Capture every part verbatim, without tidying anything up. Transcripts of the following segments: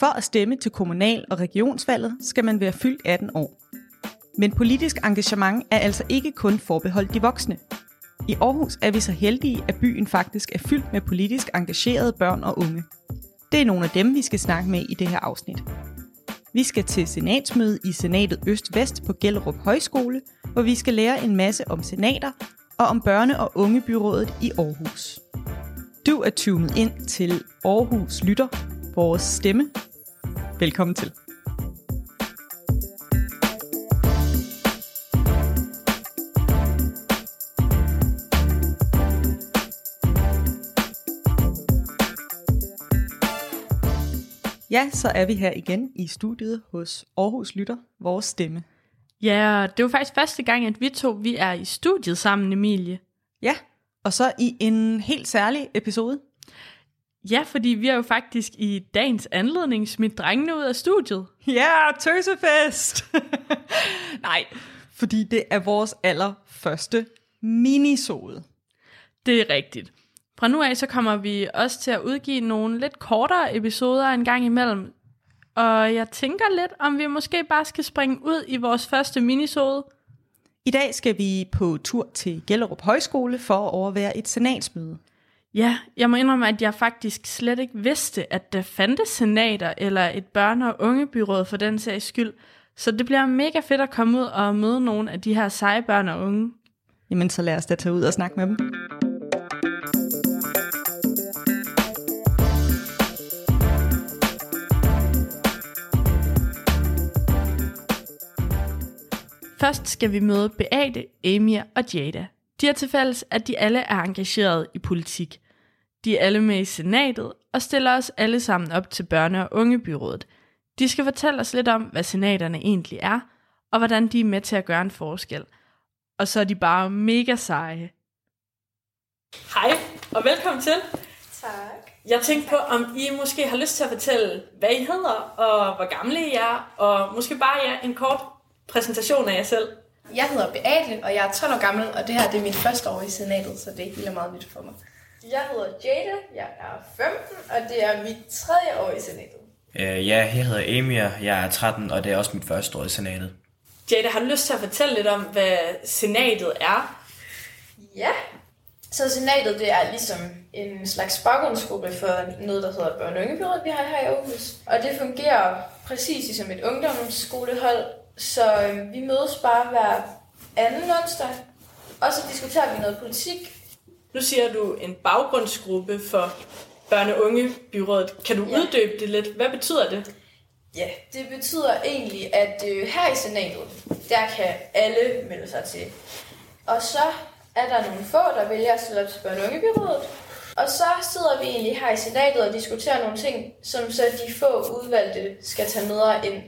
For at stemme til kommunal- og regionsvalget skal man være fyldt atten år. Men politisk engagement er altså ikke kun forbeholdt de voksne. I Aarhus er vi så heldige, at byen faktisk er fyldt med politisk engagerede børn og unge. Det er nogle af dem, vi skal snakke med i det her afsnit. Vi skal til senatsmøde i Senatet Øst-Vest på Gellerup Højskole, hvor vi skal lære en masse om senater og om børne- og ungebyrådet i Aarhus. Du er tunet ind til Aarhus Lytter, vores stemme. Velkommen til. Ja, så er vi her igen i studiet hos Aarhus Lytter, vores stemme. Ja, det var faktisk første gang, at vi to vi er i studiet sammen, Emilie. Ja, og så i en helt særlig episode. Ja, fordi vi er jo faktisk i dagens anledning smidt drengene ud af studiet. Ja, tøsefest! Nej, fordi det er vores allerførste minisode. Det er rigtigt. Fra nu af så kommer vi også til at udgive nogle lidt kortere episoder en gang imellem. Og jeg tænker lidt, om vi måske bare skal springe ud i vores første minisode. I dag skal vi på tur til Gellerup Højskole for at overvære et senatsmøde. Ja, jeg må indrømme, at jeg faktisk slet ikke vidste, at der fandtes senater eller et børne- og ungebyråd for den sags skyld. Så det bliver mega fedt at komme ud og møde nogle af de her seje børn og unge. Jamen så lad os da tage ud og snakke med dem. Først skal vi møde Beate, Emir og Jada. De er til fælles, at de alle er engageret i politik. De er alle med i senatet og stiller os alle sammen op til børne- og ungebyrådet. De skal fortælle os lidt om, hvad senaterne egentlig er, og hvordan de er med til at gøre en forskel. Og så er de bare mega seje. Hej, og velkommen til. Tak. Jeg tænkte på, om I måske har lyst til at fortælle, hvad I hedder, og hvor gamle I er, og måske bare ja, en kort præsentation af jer selv. Jeg hedder Beate, og jeg er tolv år gammel, og det her det er mit første år i senatet, så det er helt meget nyt for mig. Jeg hedder Jada, jeg er femten, og det er mit tredje år i senatet. Uh, ja, jeg hedder Emir, jeg er tretten, og det er også mit første år i senatet. Jada, har du lyst til at fortælle lidt om, hvad senatet er? Ja, så senatet det er ligesom en slags baggrundsgruppe for noget, der hedder børne- og ungebyrådet, vi har her i Aarhus. Og det fungerer præcis ligesom et ungdomsskolehold, så øh, vi mødes bare hver anden onsdag, og så diskuterer vi noget politik. Nu siger du en baggrundsgruppe for børne- og ungebyrådet. Kan du Ja. uddybe det lidt? Hvad betyder det? Ja, det betyder egentlig, at øh, her i senatet, der kan alle melde sig til. Og så er der nogle få, der vælger at stille op til børne- og ungebyrådet. Og så sidder vi egentlig her i senatet og diskuterer nogle ting, som så de få udvalgte skal tage med ind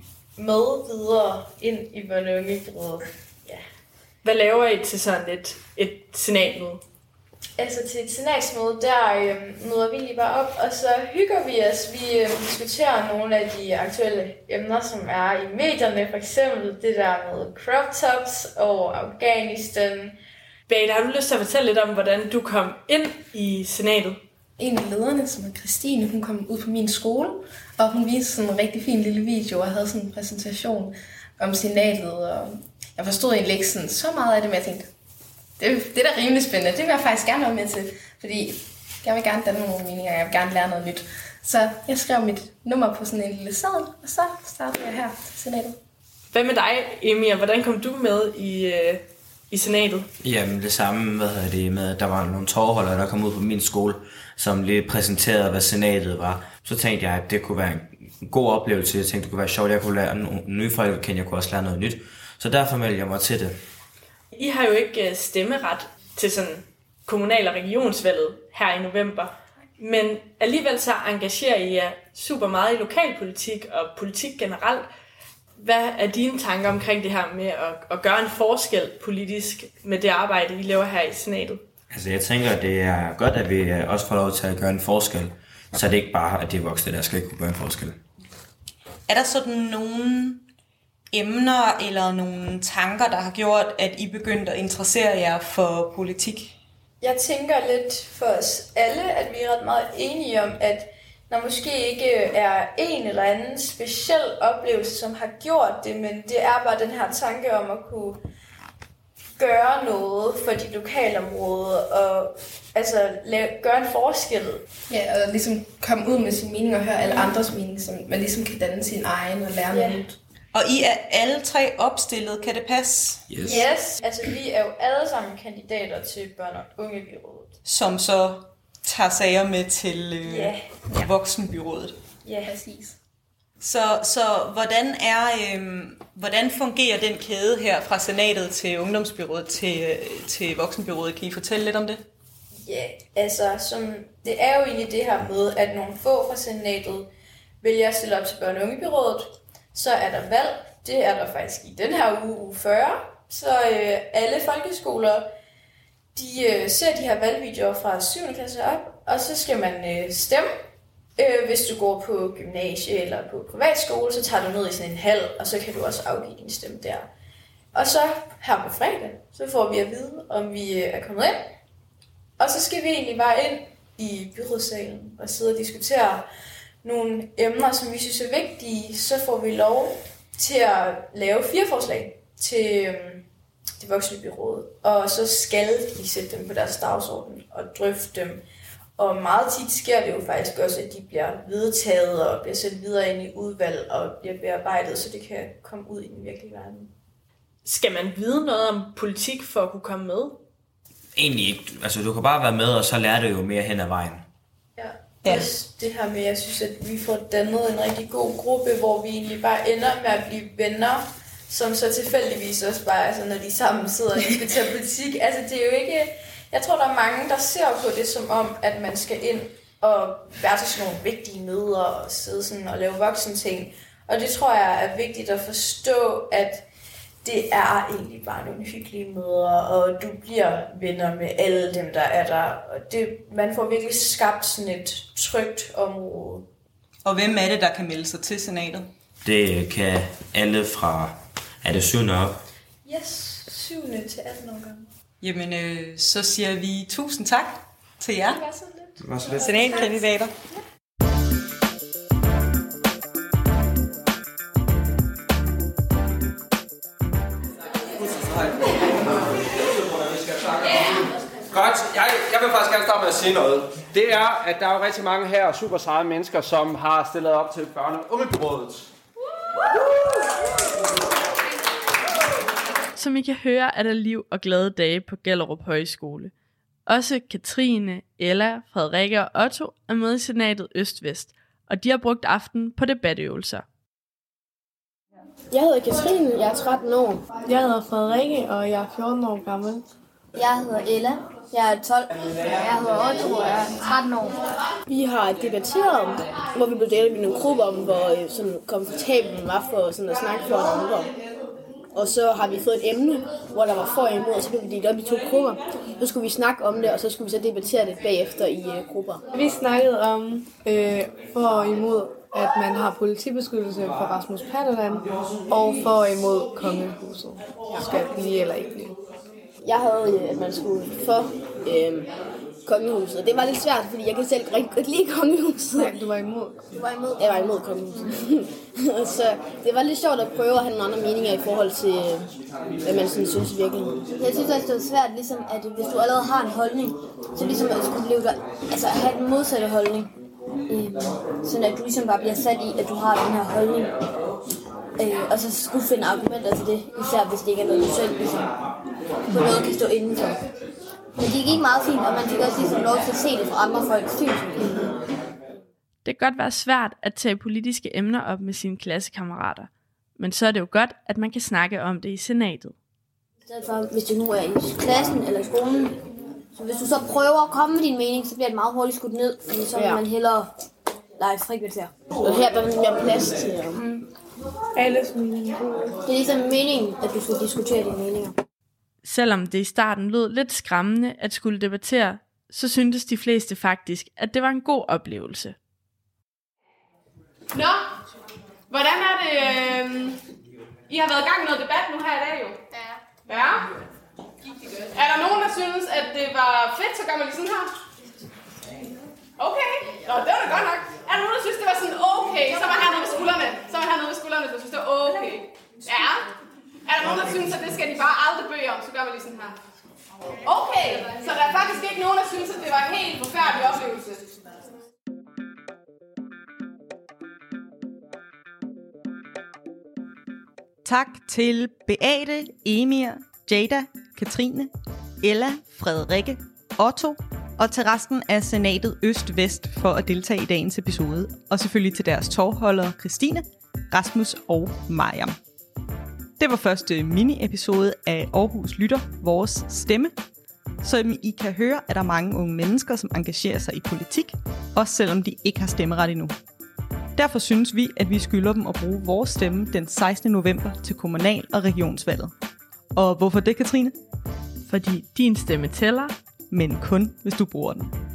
med videre ind i børne- og ungebyrådet. Ja. Hvad laver I til sådan et, et senatmøde? Altså til et senatsmøde, der øh, møder vi lige bare op, og så hygger vi os. Vi øh, diskuterer nogle af de aktuelle emner, som er i medierne. For eksempel det der med crop tops og Afghanistan. Beate, har du lyst til at fortælle lidt om, hvordan du kom ind i senatet? En af lederne, som er Christine, hun kom ud på min skole, og hun viste sådan en rigtig fin lille video og havde sådan en præsentation om senatet. Og jeg forstod egentlig ikke sådan så meget af det, men jeg tænkte, det, det er da rimelig spændende. Det vil jeg faktisk gerne være med til, fordi jeg vil gerne danne nogle meninger, og jeg vil gerne lære noget nyt. Så jeg skrev mit nummer på sådan en lille seddel, og så startede jeg her til senatet. Hvad med dig, Emir? Hvordan kom du med i, øh, i senatet? Jamen det samme, hvad hedder det, med, at der var nogle tovholdere, der kom ud på min skole, som lidt præsenterede, hvad senatet var. Så tænkte jeg, at det kunne være en god oplevelse. Jeg tænkte, det kunne være sjovt, jeg kunne lære nogle nye folk at kende, jeg kunne også lære noget nyt. Så derfor meldte jeg mig til det. I har jo ikke stemmeret til sådan kommunal- og regionsvalget her i november, men alligevel så engagerer I jer super meget i lokalpolitik og politik generelt. Hvad er dine tanker omkring det her med at, at gøre en forskel politisk med det arbejde, I laver her i senatet? Altså jeg tænker, at det er godt, at vi også får lov til at gøre en forskel, så det er ikke bare, at de voksne der skal ikke kunne gøre en forskel. Er der sådan nogle emner eller nogle tanker, der har gjort, at I begyndte at interessere jer for politik? Jeg tænker lidt for os alle, at vi er ret meget enige om, at der måske ikke er en eller anden speciel oplevelse, som har gjort det, men det er bare den her tanke om at kunne gøre noget for dit lokalområde og altså lave, gøre en forskel. Ja, og ligesom komme ud med sin mening og høre alle andres mening, så man ligesom kan danne sin egen og lære Ja. noget. Og I er alle tre opstillet, kan det passe? Yes. Yes, altså vi er jo alle sammen kandidater til børne- og ungebyrådet. Som så tager sager med til øh, Ja. voksenbyrådet. Ja, Præcis. Så, så hvordan, er, øh, hvordan fungerer den kæde her fra senatet til ungdomsbyrådet til, øh, til voksenbyrådet? Kan I fortælle lidt om det? Ja, altså som, det er jo egentlig det her med, at nogle få fra senatet vælger at stille op til børne- og ungebyrådet. Så er der valg. Det er der faktisk i den her uge, uge fyrre. Så øh, alle folkeskoler, de øh, ser de her valgvideoer fra syvende klasse op, og så skal man øh, stemme. Øh, hvis du går på gymnasie eller på privatskole, så tager du ned i sådan en hal, og så kan du også afgive din stemme der. Og så her på fredag, så får vi at vide, om vi øh, er kommet ind. Og så skal vi egentlig bare ind i byrådssalen og sidde og diskutere nogle emner, som vi synes er vigtige. Så får vi lov til at lave fire forslag til øhm, det voksne byrådet. Og så skal de sætte dem på deres dagsorden og drøfte dem. Og meget tit sker det jo faktisk også, at de bliver vedtaget og bliver sendt videre ind i udvalg og bliver bearbejdet, så det kan komme ud i den virkelige verden. Skal man vide noget om politik for at kunne komme med? Egentlig ikke. Altså, du kan bare være med, og så lærer du jo mere hen ad vejen. Ja. Ja. Også det her med, jeg synes, at vi får dannet en rigtig god gruppe, hvor vi egentlig bare ender med at blive venner, som så tilfældigvis også bare, altså, når de sammen sidder og diskuterer politik. Altså, det er jo ikke... Jeg tror, der er mange, der ser på det som om, at man skal ind og være til sådan nogle vigtige møder og sidde sådan og lave voksenting. Og det tror jeg er vigtigt at forstå, at det er egentlig bare nogle hyggelige møder, og du bliver venner med alle dem, der er der. Og det, man får virkelig skabt sådan et trygt område. Og hvem er det, der kan melde sig til senatet? Det kan alle fra... Er det syvende op? Yes, syvende til atten år gammel. Jamen, øh, så siger vi tusind tak til jer, Det var så lidt. Det var så lidt. senatkandidater. Godt. Jeg, jeg vil faktisk gerne starte med at sige noget. Det er, at der er jo rigtig mange her super seje mennesker, som har stillet op til børne- og ungebyrådet. Som I kan høre, er der liv og glade dage på Gellerup Højskole. Også Katrine, Ella, Frederikke og Otto er med i senatet Øst-Vest, og de har brugt aftenen på debatøvelser. Jeg hedder Katrine, jeg er tretten år. Jeg hedder Frederikke, og jeg er fjorten år gammel. Jeg hedder Ella, jeg er tolv. Jeg hedder Otto, og jeg er tretten år. Vi har debatteret om, hvor vi blev delt i nogle grupper om, hvor øh, sådan, komfortabel man var for sådan, at snakke for andre. Og så har vi fået et emne, hvor der var for og imod, og så blev vi delt op i to grupper. Så skulle vi snakke om det, og så skulle vi så debattere det bagefter i øh, grupper. Vi snakkede om øh, for og imod, at man har politibeskyttelse for Rasmus Paludan, og for og imod kongehuset. Skal det blive eller ikke blive? Jeg havde, øh, at man skulle for øh, kongehuset. Det var lidt svært, fordi jeg kan selv rigtig godt lide kongehuset. Nej, du var imod. Du var imod? Jeg var imod kongehuset. Så det var lidt sjovt at prøve at have nogle andre meninger i forhold til, hvad man sådan synes i virkeligheden. Jeg synes også, det er svært, ligesom, at hvis du allerede har en holdning, så ligesom at skulle leve der, altså at have den modsatte holdning. Øh, sådan at du ligesom bare bliver sat i, at du har den her holdning. Øh, og så skulle finde argumenter til det, især hvis det ikke er noget, du selv ligesom, på noget kan stå indenfor. Men det gik meget fint, og man fik også ligesom lov til at se det fra andre folks synspunkt. Det kan godt være svært at tage politiske emner op med sine klassekammerater, men så er det jo godt, at man kan snakke om det i senatet. I stedet for, hvis det nu er i klassen eller i skolen, så hvis du så prøver at komme med din mening, så bliver det meget hurtigt skudt ned, fordi så vil Ja. man hellere lege frikvarter. Og her der er mere plads til Mm. Alles mening. Det er ligesom meningen, at du skal diskutere dine meninger. Selvom det i starten lød lidt skræmmende at skulle debattere, så syntes de fleste faktisk, at det var en god oplevelse. Nå, hvordan er det? Øh... I har været i gang med noget debat nu her i dag, jo? Ja. Ja? Er der nogen, der synes, at det var fedt, så gør man lige sådan her? Okay, Nå, det var da godt nok. Er der nogen, der synes, det var sådan okay? Så var hernede ved skuldrene. Så var hernede ved skuldrene, så synes det var okay. Ja. Er der nogen, der synes, at det skal de bare aldrig bøge om, så gør man lige sådan her. Okay, så der er faktisk ikke nogen, der synes, at det var en helt forfærdelig oplevelse. Tak til Beate, Emir, Jada, Katrine, Ella, Frederikke, Otto og til resten af Senatet Øst-Vest for at deltage i dagens episode. Og selvfølgelig til deres tovholdere Christine, Rasmus og Mariam. Det var første mini-episode af Aarhus Lytter, vores stemme. Som I kan høre, er der mange unge mennesker, som engagerer sig i politik, også selvom de ikke har stemmeret endnu. Derfor synes vi, at vi skylder dem at bruge vores stemme den sekstende november til kommunal- og regionsvalget. Og hvorfor det, Katrine? Fordi din stemme tæller, men kun hvis du bruger den.